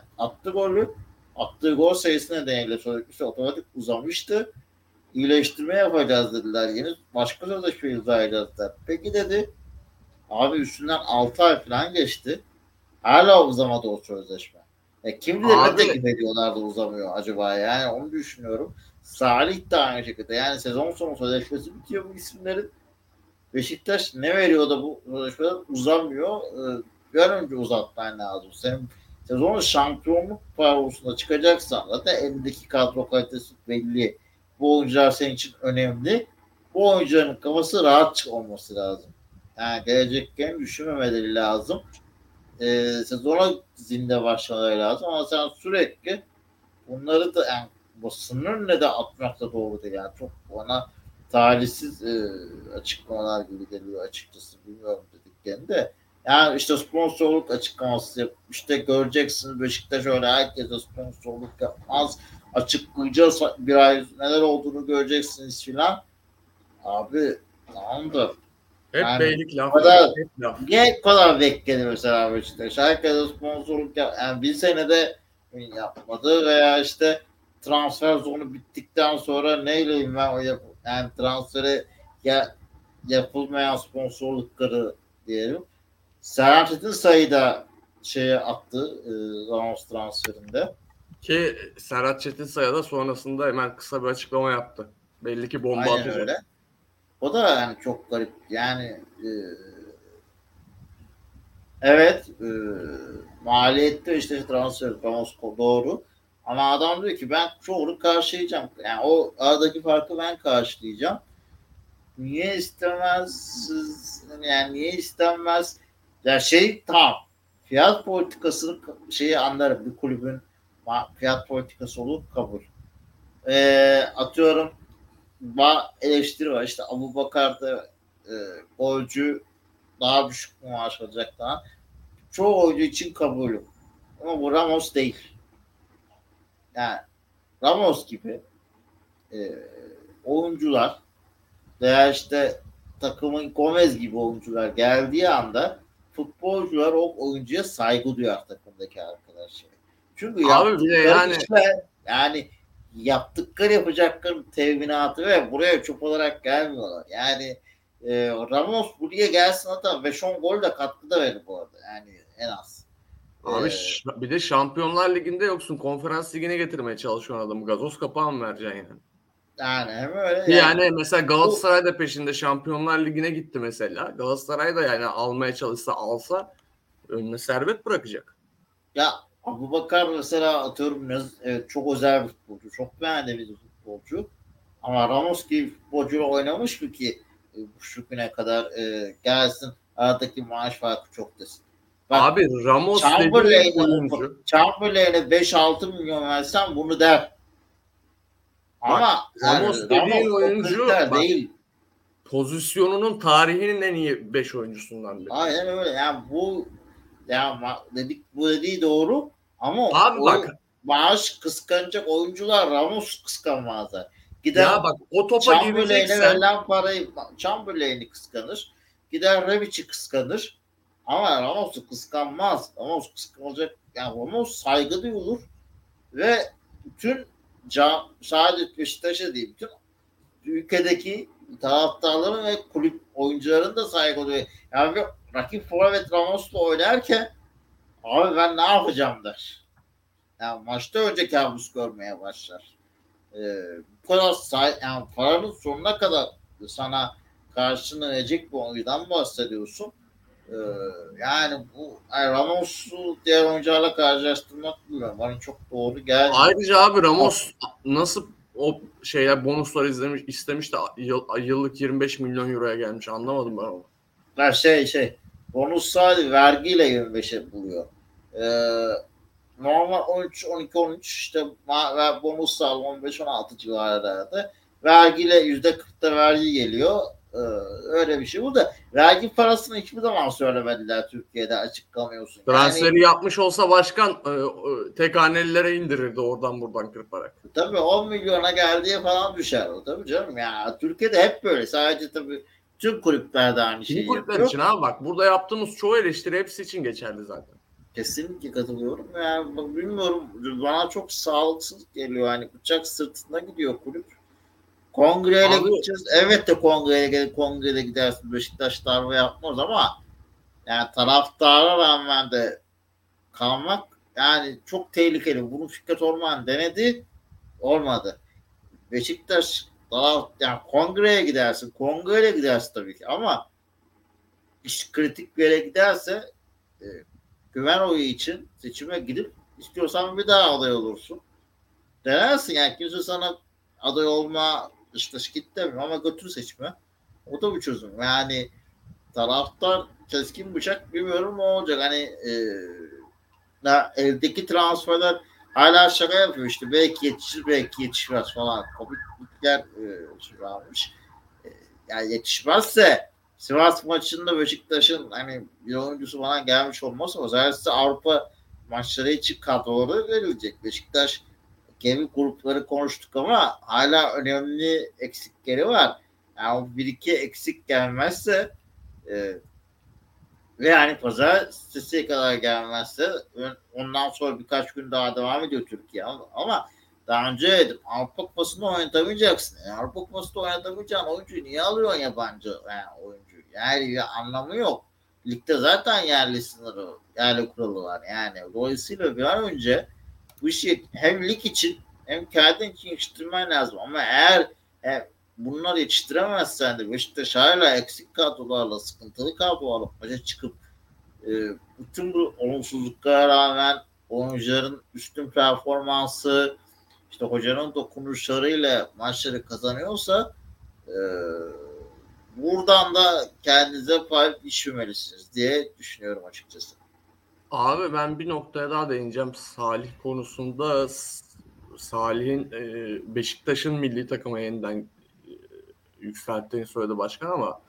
Speaker 2: attığı gol sayısı nedeniyle sözleşmesi otomatik uzamıştı. İyileştirme yapacağız dediler. Yeni başka sözleşme imzalayacağız dediler. Peki dedi. Abi üstünden 6 ay falan geçti. Hala uzamadı o sözleşme. Kim bilir ne
Speaker 1: Abi
Speaker 2: teklif ediyorlar da uzamıyor acaba yani onu düşünüyorum. Salih de aynı şekilde yani sezon sonu sözleşmesi bitiyor bu isimlerin. Beşiktaş ne veriyor da bu sözleşmeden uzamıyor. Bir an önce uzatman lazım. Senin sezonun şampiyonluk parosunda çıkacaksan zaten elindeki kadro kalitesi belli. Bu oyuncular senin için önemli. Bu oyuncuların kafası rahat olması lazım. Yani geleceklerini düşünmemeleri lazım. Sezona zinde başlamaları lazım ama sen sürekli bunları da yani bu sınır önüne de atmak da doğru değil. Yani çok bana talihsiz açıklamalar gibi geliyor açıkçası. Bilmiyorum dediklerini de. Yani işte sponsorluk açıklaması yap. İşte göreceksiniz Beşiktaş öyle herkese sponsorluk yapmaz. Açıklayacağız bir ay neler olduğunu göreceksiniz filan. Abi tamam da
Speaker 1: hep
Speaker 2: yani
Speaker 1: beylik
Speaker 2: o
Speaker 1: laf ya.
Speaker 2: kadar
Speaker 1: Hep laf.
Speaker 2: niye bu kadar bekledi mesela Beşiktaş? Herkese sponsorluk yani bir senede yapmadı veya işte transfer sonu bittikten sonra neyle ben yani transferi ya, yapılmayan sponsorlukları diyelim. Serhat'ın sayıda şeye attı Ramos transferinde.
Speaker 1: Ki Serhat Çetinsaya da sonrasında hemen kısa bir açıklama yaptı. Belli ki bomba
Speaker 2: Aynen
Speaker 1: atacak.
Speaker 2: öyle. O da yani çok garip. Yani evet maliyette işte transfer Ramos doğru. Ama adam diyor ki ben çoğunu karşılayacağım. Yani o aradaki farkı ben karşılayacağım. Niye istemez? Yani niye istenmez? Ya şey tamam. Fiyat politikasını şeyi anlarım. Bir kulübün fiyat politikası olur kabul. Atıyorum eleştiri var. İşte Abubakar'da golcü daha düşük maaş alacak daha. Çoğu oyuncu için kabulüm. Ama bu Ramos değil. Yani Ramos gibi e, oyuncular veya işte takımın Gomez gibi oyuncular geldiği anda futbolcular o oyuncuya saygı duyar takımdaki arkadaşlar. Çünkü
Speaker 1: Abi bir de
Speaker 2: yaptıkları
Speaker 1: yani
Speaker 2: işler yani yapacakları teminatı ve buraya çöp olarak gelmiyorlar. Yani Ramos buraya gelsin hatta 5-10 gol de katkıda verir bu arada. Yani en az.
Speaker 1: abi
Speaker 2: E,
Speaker 1: bir de Şampiyonlar Ligi'nde yoksun. Konferans Ligi'ne getirmeye çalışıyorsun adamı. Gazoz kapağı mı vereceksin yani?
Speaker 2: yani hem öyle yani
Speaker 1: Yani mesela
Speaker 2: bu
Speaker 1: Galatasaray da peşinde Şampiyonlar Ligi'ne gitti mesela. Galatasaray da yani almaya çalışsa alsa önüne servet bırakacak.
Speaker 2: ya Abubakar mesela atıyorum evet, çok özel bir futbolcu. Çok beğendiğimiz bir futbolcu. Ama Ramos gibi futbolcu oynamış mı ki şu güne kadar gelsin aradaki maaş farkı çok desin. Bak
Speaker 1: Abi Ramos dediğin oyuncu.
Speaker 2: Chamberlain'e 5-6 milyon versen bunu der.
Speaker 1: Bak
Speaker 2: Ama
Speaker 1: Ramos
Speaker 2: yani
Speaker 1: dediğin
Speaker 2: Ramos o
Speaker 1: oyuncu
Speaker 2: kriter
Speaker 1: bak
Speaker 2: değil.
Speaker 1: pozisyonunun tarihinin en iyi 5 oyuncusundan biri.
Speaker 2: Aynen öyle. Yani bu bu dediği doğru ama
Speaker 1: Abi bak
Speaker 2: o maaş kıskanacak oyuncular Ramos kıskanmazlar. Gider
Speaker 1: ya bak o topa
Speaker 2: Chamberlain'e
Speaker 1: gireceksen
Speaker 2: verilen parayı Chamberlain'i kıskanır. Gider Rebic'i kıskanır. Ama Ramos'u kıskanmaz. Ramos kıskanılacak. Yani Ramos saygı duyulur ve bütün sadece Beşiktaş'a değil, bütün ülkedeki taraftarların ve kulüp oyuncuların da saygı duyuyor. Yani bir rakip forvet Ramos'la oynarken abi ben ne yapacağım der. Yani maçta önce kabus görmeye başlar. Bu kadar yani paranın sonuna kadar sana karşılığını verecek bir oyuncudan bahsediyorsun. Ee, yani bu Ramos'u diğer oyuncularla karşılaştırmak bilmiyorum. Bana çok doğru gelmiyor.
Speaker 1: Ayrıca abi Ramos nasıl o şeyler bonuslar istemiş de yıllık 25 milyon euroya gelmiş, anlamadım ben onu.
Speaker 2: Bonus sadece vergiyle 25'e buluyor. Ee, normal 13, 12, 13 işte bonus sağlı 15, 16 civarlarda. Vergiyle %40'da vergi geliyor. Öyle bir şey. Bu da vergi parasını hiçbir zaman söylemediler Türkiye'de, açıklamıyorsun.
Speaker 1: Transferi yapmış olsa başkan tek hanelilere indirirdi oradan buradan kırparak.
Speaker 2: Tabii 10 milyona geldiği falan düşer o, tabii canım. Ya Türkiye'de hep böyle. Sadece tabii tüm kulüplerde aynı
Speaker 1: Tüm
Speaker 2: şeyi
Speaker 1: kulüpler
Speaker 2: yapıyor.
Speaker 1: için abi, bak burada yaptığımız çoğu eleştiri hepsi için geçerli zaten.
Speaker 2: Kesinlikle katılıyorum. Yani bilmiyorum, bana çok sağlıksız geliyor. Yani bıçak sırtında gidiyor kulüp. Kongreyle
Speaker 1: Abi,
Speaker 2: gideceğiz. Evet de kongrede gidersin. Beşiktaş darbe yapmaz ama yani taraftara rağmen de kalmak yani çok tehlikeli. Bunu Fikret Orman denedi. Olmadı. Beşiktaş yani kongreye gidersin. Kongreyle gidersin tabii ki ama iş kritik bir yere giderse e, güven oyu için seçime gidip istiyorsan bir daha aday olursun. Denersin yani, kimse sana aday olma işte git demiyor ama götür seçme. O da bir çözüm. Yani taraftar keskin bıçak, bilmiyorum ne olacak. Hani eldeki transferler hala şaka yapıyor işte. Belki yetişir, belki yetişmez falan. Komiklikler varmış. Yani yetişmezse Sivas maçında Beşiktaş'ın hani bir oyuncusu bana gelmiş olmazsa özellikle Avrupa maçları için kadroları verilecek. Beşiktaş gemi grupları konuştuk ama hala önemli eksikleri var. Yani bir iki eksik gelmezse ve yani pazar sitesi kadar gelmezse ondan sonra birkaç gün daha devam ediyor Türkiye. Ama daha önce dedim, Avrupa Kupası'nda oynatamayacaksın. Yani Avrupa Kupası'nda oynatamayacağın oyuncuyu niye alıyorsun yabancı oyuncu? Yani bir anlamı yok. Ligde zaten yerli sınırı, yerli kuralı var. Yani dolayısıyla bir an önce bu işi hem lig için hem kendin için yetiştirmen lazım. Ama eğer bunları yetiştiremezsen de Beşiktaş hala eksik kadrolarla, sıkıntılı kadrolarla maça çıkıp e, bütün bu olumsuzluklara rağmen oyuncuların üstün performansı, işte hocanın dokunuşlarıyla maçları kazanıyorsa buradan da kendinize pay biçmelisiniz diye düşünüyorum açıkçası.
Speaker 1: abi ben bir noktaya daha değineceğim. Salih konusunda Salih'in Beşiktaş'ın milli takıma yeniden yükselttiğini söyledi başkan ama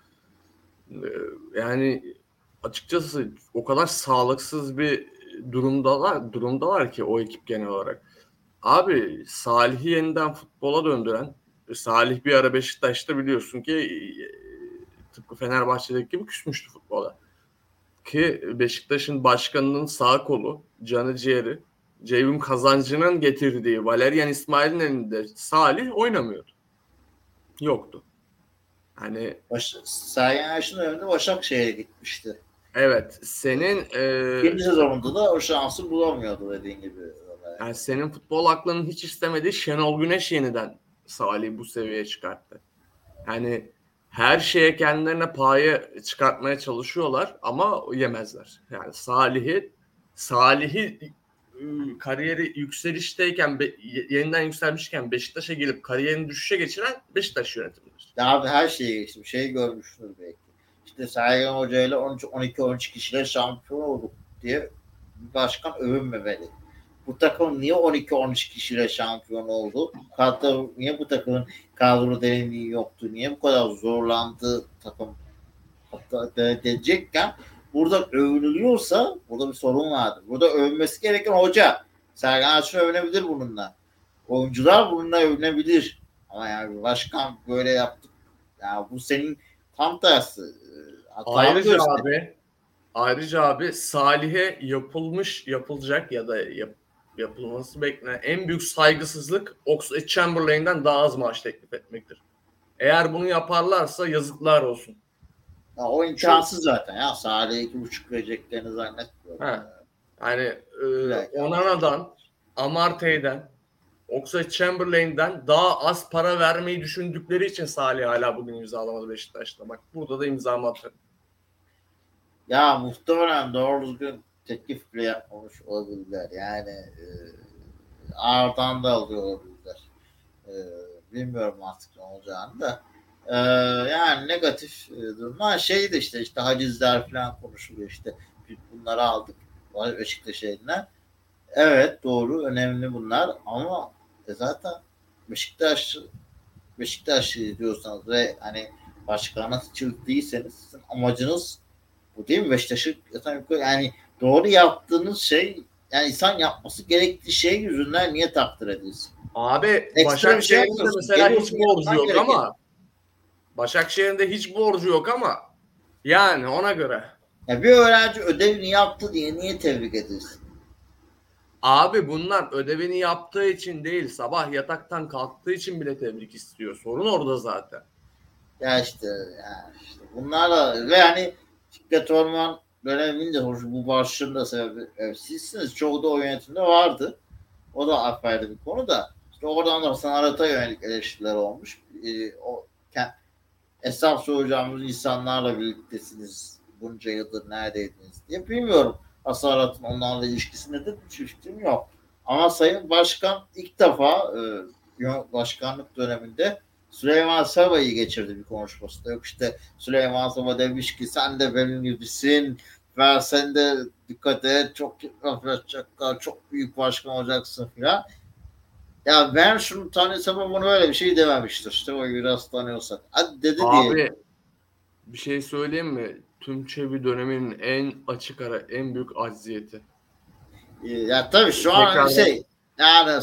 Speaker 1: yani açıkçası o kadar sağlıksız bir durumdalar ki o ekip genel olarak. Abi Salih'i yeniden futbola döndüren, Salih bir ara Beşiktaş'ta biliyorsun ki tıpkı Fenerbahçe'deki gibi küsmüştü futbola. Ki Beşiktaş'ın başkanının sağ kolu, canı ciğeri, Ceyhun Kazancı'nın getirdiği Valerian İsmail'in elinde Salih oynamıyordu. Yoktu. Hani
Speaker 2: Sergen Yalçın döneminde Başakşehir'e gitmişti.
Speaker 1: evet, senin
Speaker 2: İkinci sezonunda da o şansı bulamıyordu dediğin gibi.
Speaker 1: yani senin futbol aklının hiç istemediği Şenol Güneş yeniden Salih'i bu seviyeye çıkarttı. Yani her şeye kendilerine paye çıkartmaya çalışıyorlar ama yemezler. Yani Salih'i kariyeri yükselişteyken yeniden yükselmişken Beşiktaş'a gelip kariyerini düşüşe geçiren Beşiktaş yönetimidir.
Speaker 2: Ya abi her şeyi geçtim. Şey görmüşsünüz belki. İşte Sergen Hoca ile 12-13 kişiyle şampiyon olduk diye bir başkan övünmemeli. Bu takım niye 12-13 kişiyle şampiyon oldu? Niye bu takımın kadro derinliği yoktu? Niye bu kadar zorlandı takım denecekken burada övünülüyorsa burada bir sorun vardır. Burada övünmesi gereken hoca. Sergen Yalçın övünebilir bununla. Oyuncular bununla övünebilir. Ama yani başkan böyle yaptık. Ya bu senin tam tersi. Hatanı
Speaker 1: Ayrıca
Speaker 2: göster.
Speaker 1: abi Ayrıca abi Salih'e yapılacak ya da yapılması beklenen en büyük saygısızlık Oxlade-Chamberlain'den daha az maaş teklif etmektir. Eğer bunu yaparlarsa yazıklar olsun.
Speaker 2: Ya o imkansız zaten ya. Salih'e 2,5 vereceklerini zannetmiyorum.
Speaker 1: He. Yani
Speaker 2: Belki
Speaker 1: Onana'dan, Amartey'den, Oxlade-Chamberlain'den daha az para vermeyi düşündükleri için Salih hala bugün imzalamadı Beşiktaş'ta. Bak burada da imzamı atarım.
Speaker 2: Ya muhtemelen doğru düzgün teklif bile yapmamış olabilirler. Yani ağırdan da alıyor olabilirler. E, bilmiyorum artık ne olacağını da. Yani negatif durumlar şeydi işte hacizler falan konuşuluyor işte. Bunları aldık Beşiktaş elinden. Evet doğru önemli bunlar ama zaten Beşiktaş diyorsanız ve hani başkanı çılık değilseniz sizin amacınız bu değil mi? Beşiktaş'ı yani doğru yaptığınız şey yani insan yapması gerektiği şey yüzünden niye takdir edilsin?
Speaker 1: Abi
Speaker 2: Ekstra bir şey
Speaker 1: Başakşehir'in de
Speaker 2: yapmıyorsun.
Speaker 1: mesela hiç
Speaker 2: Geliyorsun,
Speaker 1: borcu
Speaker 2: yapman
Speaker 1: yok
Speaker 2: gereken.
Speaker 1: ama Başakşehir'in de hiç borcu yok ama yani ona göre.
Speaker 2: Ya bir öğrenci ödevini yaptı diye niye tebrik edilsin?
Speaker 1: Abi bunlar ödevini yaptığı için değil, sabah yataktan kalktığı için bile tebrik istiyor. Sorun orada zaten.
Speaker 2: Ya işte bunlarla ve hani Fikret Orman döneminde bu başlığın da sebebi sizsiniz. Çoğu da o yönetimde vardı. O da apayrı bir konu da. İşte oradan da sanata yönelik eleştiriler olmuş. Hesap soracağımız insanlarla birliktesiniz. Bunca yıldır neredeydiniz diye. Bilmiyorum Hasarat'ın onlarla ilişkisi nedir? Hiç fikrim yok. Ama Sayın Başkan ilk defa başkanlık döneminde Süleyman Sabah'ı geçirdi bir konuşmasında. Yok işte Süleyman Sabah demiş ki sen de benim gibisin ve sen de dikkat et çok yapacaklar, çok büyük başkan olacaksın filan. Ya ben şunu tanıyorsam bunu öyle bir şey dememiştir. İşte o biraz tanıyorsak. Hadi dedi diye.
Speaker 1: Abi bir şey söyleyeyim mi? Tüm Çebi döneminin en açık ara, en büyük acziyeti.
Speaker 2: Ya tabii şu an
Speaker 1: Tekrardan
Speaker 2: yani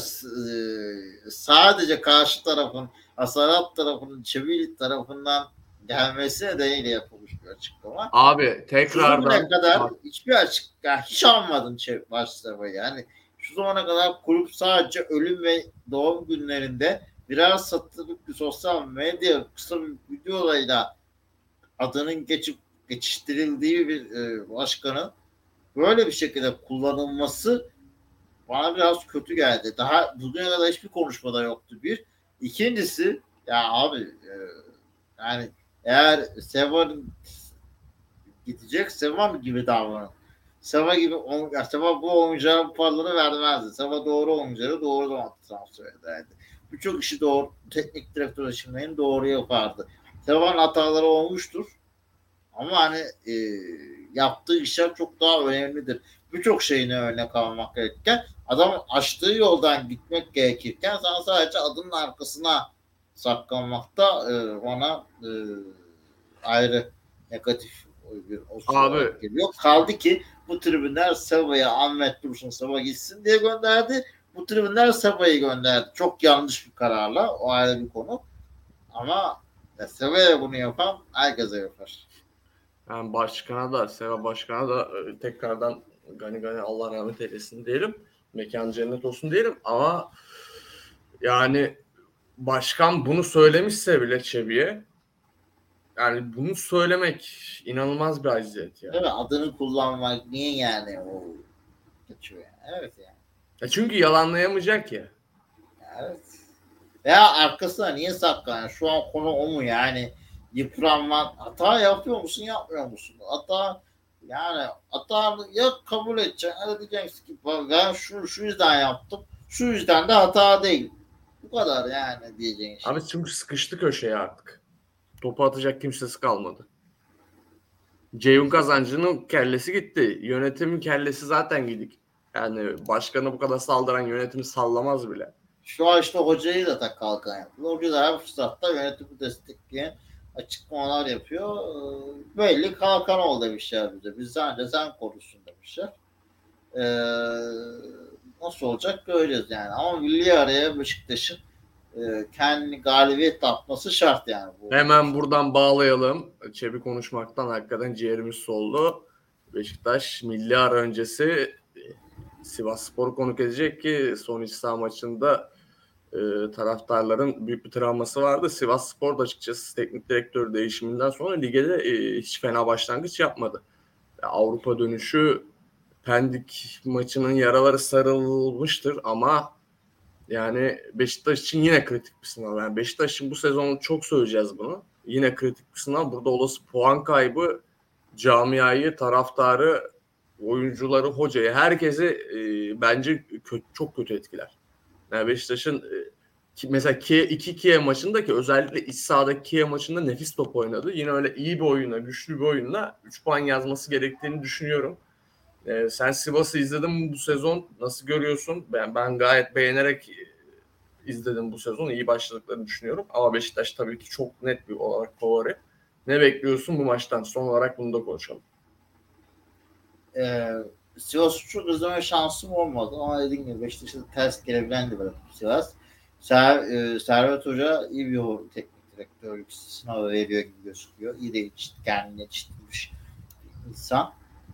Speaker 2: sadece karşı tarafın Asarat tarafının Çevili tarafından gelmesine değil yapılmış bir açıklama.
Speaker 1: abi
Speaker 2: Şu zamana
Speaker 1: tekrardan
Speaker 2: kadar
Speaker 1: bak,
Speaker 2: hiçbir açıklama hiç almadım başlamayı. Yani şu zamana kadar kulüp sadece ölüm ve doğum günlerinde biraz satılık bir sosyal medya kısa bir videoyla adının geçiştirildiği bir başkanın böyle bir şekilde kullanılması bana biraz kötü geldi. Daha bugüne kadar hiçbir konuşmada yoktu bir. İkincisi ya abi yani eğer Sevan gidecek Sevan gibi davranın. Seva gibi Seva bu oyunculara bu paraları vermezdi. Seva doğru oyuncuları doğru zaman transfer ederdi. Birçok işi doğru teknik direktör seçimlerini doğru yapardı. Seva'nın hataları olmuştur. Ama hani yaptığı işler çok daha önemlidir. Birçok şeyine örnek almak gerekirken adam açtığı yoldan gitmek gerekirken sen sadece adının arkasına saklanmakta bana ayrı negatif bir
Speaker 1: abi
Speaker 2: geliyor. Kaldı ki bu tribünler Sabah'ya Ahmet Dursun Sabah gitsin diye gönderdi. Bu tribünler Sabah'ı gönderdi. Çok yanlış bir kararla. O ayrı bir konu. Ama Sabah'ya bunu yapan herkese yapar.
Speaker 1: yani başkana da Seva Başkan'a da tekrardan gani gani Allah rahmet eylesin diyelim. Mekan cennet olsun diyelim ama yani başkan bunu söylemişse bile Çebi'ye yani bunu söylemek inanılmaz bir acziyet ya.
Speaker 2: Değil mi? Adını kullanmak niye yani o geçiyor yani. Evet yani.
Speaker 1: Çünkü yalanlayamayacak ya.
Speaker 2: Evet. Veya arkasına niye saklanıyor? Şu an konu o mu yani? Yıpranmak. Hata yapıyor musun yapmıyor musun? Hata ya kabul edeceksin ya diyeceksin ki ben şu yüzden yaptım. Şu yüzden de hata değil. Bu kadar yani diyeceğin şey.
Speaker 1: Abi çünkü sıkıştı köşeye artık. Topu atacak kimsesi kalmadı. Ceyhun Kazancı'nın kellesi gitti. Yönetimin kellesi zaten gidik. Yani başkanı bu kadar saldıran yönetimi sallamaz bile.
Speaker 2: Şu an işte hocayı da kalkan yapıyor. Hoca da her fırsatta yönetimi destekleyen açıklamalar yapıyor. Belli kalkan ol demişler bize. Biz sadece sen korusun demişler. Nasıl olacak göreceğiz yani. Ama milli araya Beşiktaş'ın kendi galibiyet atması şart yani.
Speaker 1: Hemen buradan bağlayalım. Çebi konuşmaktan hakikaten ciğerimiz soldu. Beşiktaş milli ara öncesi Sivasspor'u konuk edecek ki son iç saha maçında taraftarların büyük bir travması vardı. Sivasspor da açıkçası teknik direktör değişiminden sonra lige de hiç fena başlangıç yapmadı. Avrupa dönüşü Pendik maçının yaraları sarılmıştır ama yani Beşiktaş için yine kritik bir sınav. Yani Beşiktaş için bu sezon çok söyleyeceğiz bunu. Yine kritik bir sınav. Burada olası puan kaybı camiayı, taraftarı, oyuncuları, hocayı, herkesi bence çok kötü etkiler. Yani Beşiktaş'ın mesela iki Kiev maçında ki özellikle iç sahadaki Kiev maçında nefis top oynadı. Yine öyle iyi bir oyunla, güçlü bir oyunla 3 puan yazması gerektiğini düşünüyorum. Sen Sivas'ı izledin mi bu sezon? Nasıl görüyorsun? Ben gayet beğenerek izledim bu sezon. İyi başladıklarını düşünüyorum. Ama Beşiktaş tabii ki çok net bir olarak favori. Ne bekliyorsun bu maçtan? Son olarak bunu da konuşalım.
Speaker 2: Ee, Sivas'ı çok izleme şansım olmadı ama dediğim gibi Beşiktaş'a ters gelebilen de bırakıp Sivas. Servet Hoca iyi bir teknik direktörlük sınavı veriyor gibi gözüküyor. İyi de kendini yetiştirmiş bir insan.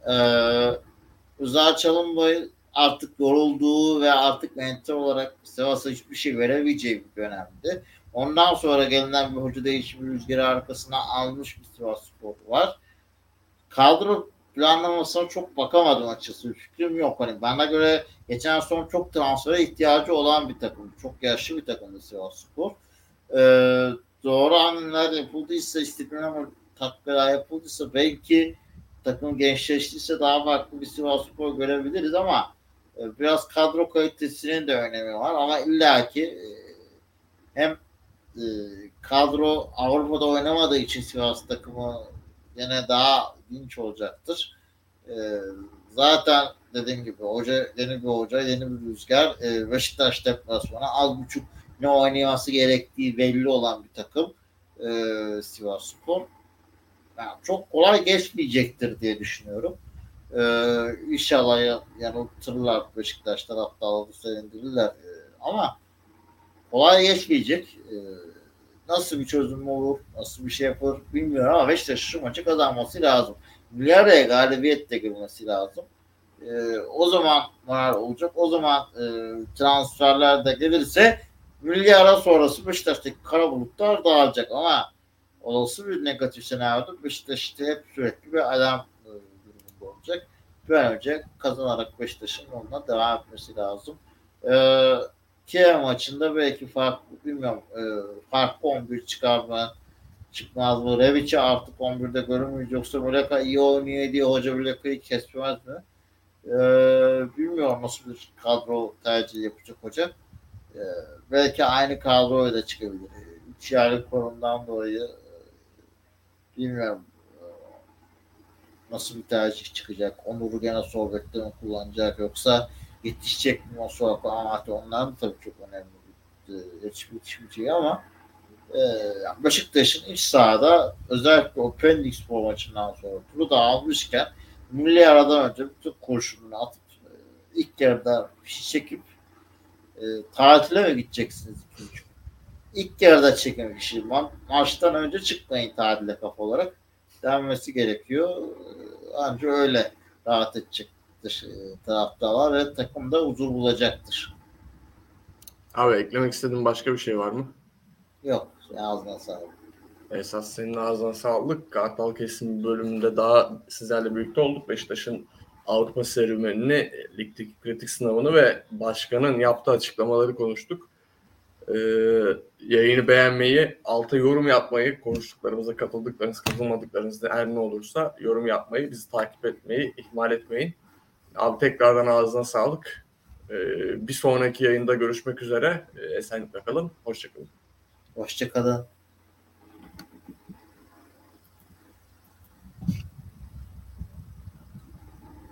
Speaker 2: Rıza Çalınbay artık yorulduğu ve artık mental olarak Sivas'a hiçbir şey veremeyeceği bir dönemdi. Ondan sonra gelinen bir hoca değişimi rüzgarı arkasına almış bir Sivasspor var. Kadro planlamasına çok bakamadım açıkçası. Fikrim yok. Hani bana göre geçen son çok transfere ihtiyacı olan bir takım. Çok yaşlı bir takımdı Sivasspor. Ee, doğru hamleler yapıldıysa, istikrarlı takviyeler yapıldıysa belki takım gençleştiyse daha farklı bir Sivasspor görebiliriz ama biraz kadro kalitesinin de önemi var ama illaki hem e, kadro Avrupa'da oynamadığı için Sivas takımı yine daha dinç olacaktır. E, zaten dediğim gibi hoca yeni bir hoca, yeni bir rüzgar. Beşiktaş deplasmanı az buçuk ne oynaması gerektiği belli olan bir takım Sivasspor. Yani çok kolay geçmeyecektir diye düşünüyorum. İnşallah yanıltırlar Beşiktaş taraftarları sevindirirler. Ama kolay geçmeyecek. Nasıl bir çözüm olur, nasıl bir şey yapar bilmiyorum ama Beşiktaş şu maçı kazanması lazım. Milyaraya galibiyet de girmesi lazım. O zaman var olacak. O zaman transferler de gelirse milyara sonrası Beşiktaş'taki kara bulutlar dağılacak ama olası bir negatif senaryoda Beşiktaş'ta hep sürekli bir alarm durumunda olacak. Bir an önce kazanarak Beşiktaş'ın onunla devam etmesi lazım. Kiev maçında belki farklı bilmiyorum farklı 11 çıkar mı çıkmaz mı? Revic'i artık 11'de görünmüyor yoksa Muleka iyi oynuyor diye hoca Muleka'yı kesmez mi? Bilmiyorum nasıl bir kadro tercih yapacak hoca. Belki aynı kadroya da çıkabilir. 3 aylık konumdan dolayı bilmiyorum nasıl bir tercih çıkacak. Onur'u gene sol bekte mi kullanacak yoksa yetişecek mi o sol ama onlar da tabii çok önemli yetişmeyecek ama Beşiktaş'ın iç sahada özellikle o Pendik Spor maçından sonra turu da almışken milli aradan önce bütün kurşununu atıp ilk yarıda fişi çekip tatile mi gideceksiniz? İlk yarıda çekin fişi. Maçtan önce çıkmayın tatile kafa olarak denmesi gerekiyor. Ancak öyle rahat edecektir taraftarlar ve takım da huzur bulacaktır.
Speaker 1: Abi eklemek istediğin başka bir şey var mı?
Speaker 2: Yok. Ağzına sağlık.
Speaker 1: Esas senin ağzına sağlık. Kartal Kesim bölümünde daha sizlerle birlikte olduk. Beşiktaş'ın Avrupa serüvenini, ligdeki kritik sınavını ve başkanın yaptığı açıklamaları konuştuk. Yayını beğenmeyi, alta yorum yapmayı, konuştuklarımıza katıldıklarınız, katılmadıklarınız her ne olursa yorum yapmayı, bizi takip etmeyi ihmal etmeyin. Abi tekrardan ağzına sağlık. Bir sonraki yayında görüşmek üzere. Esenlikle kalın. Hoşçakalın.
Speaker 2: Hoşçakalın.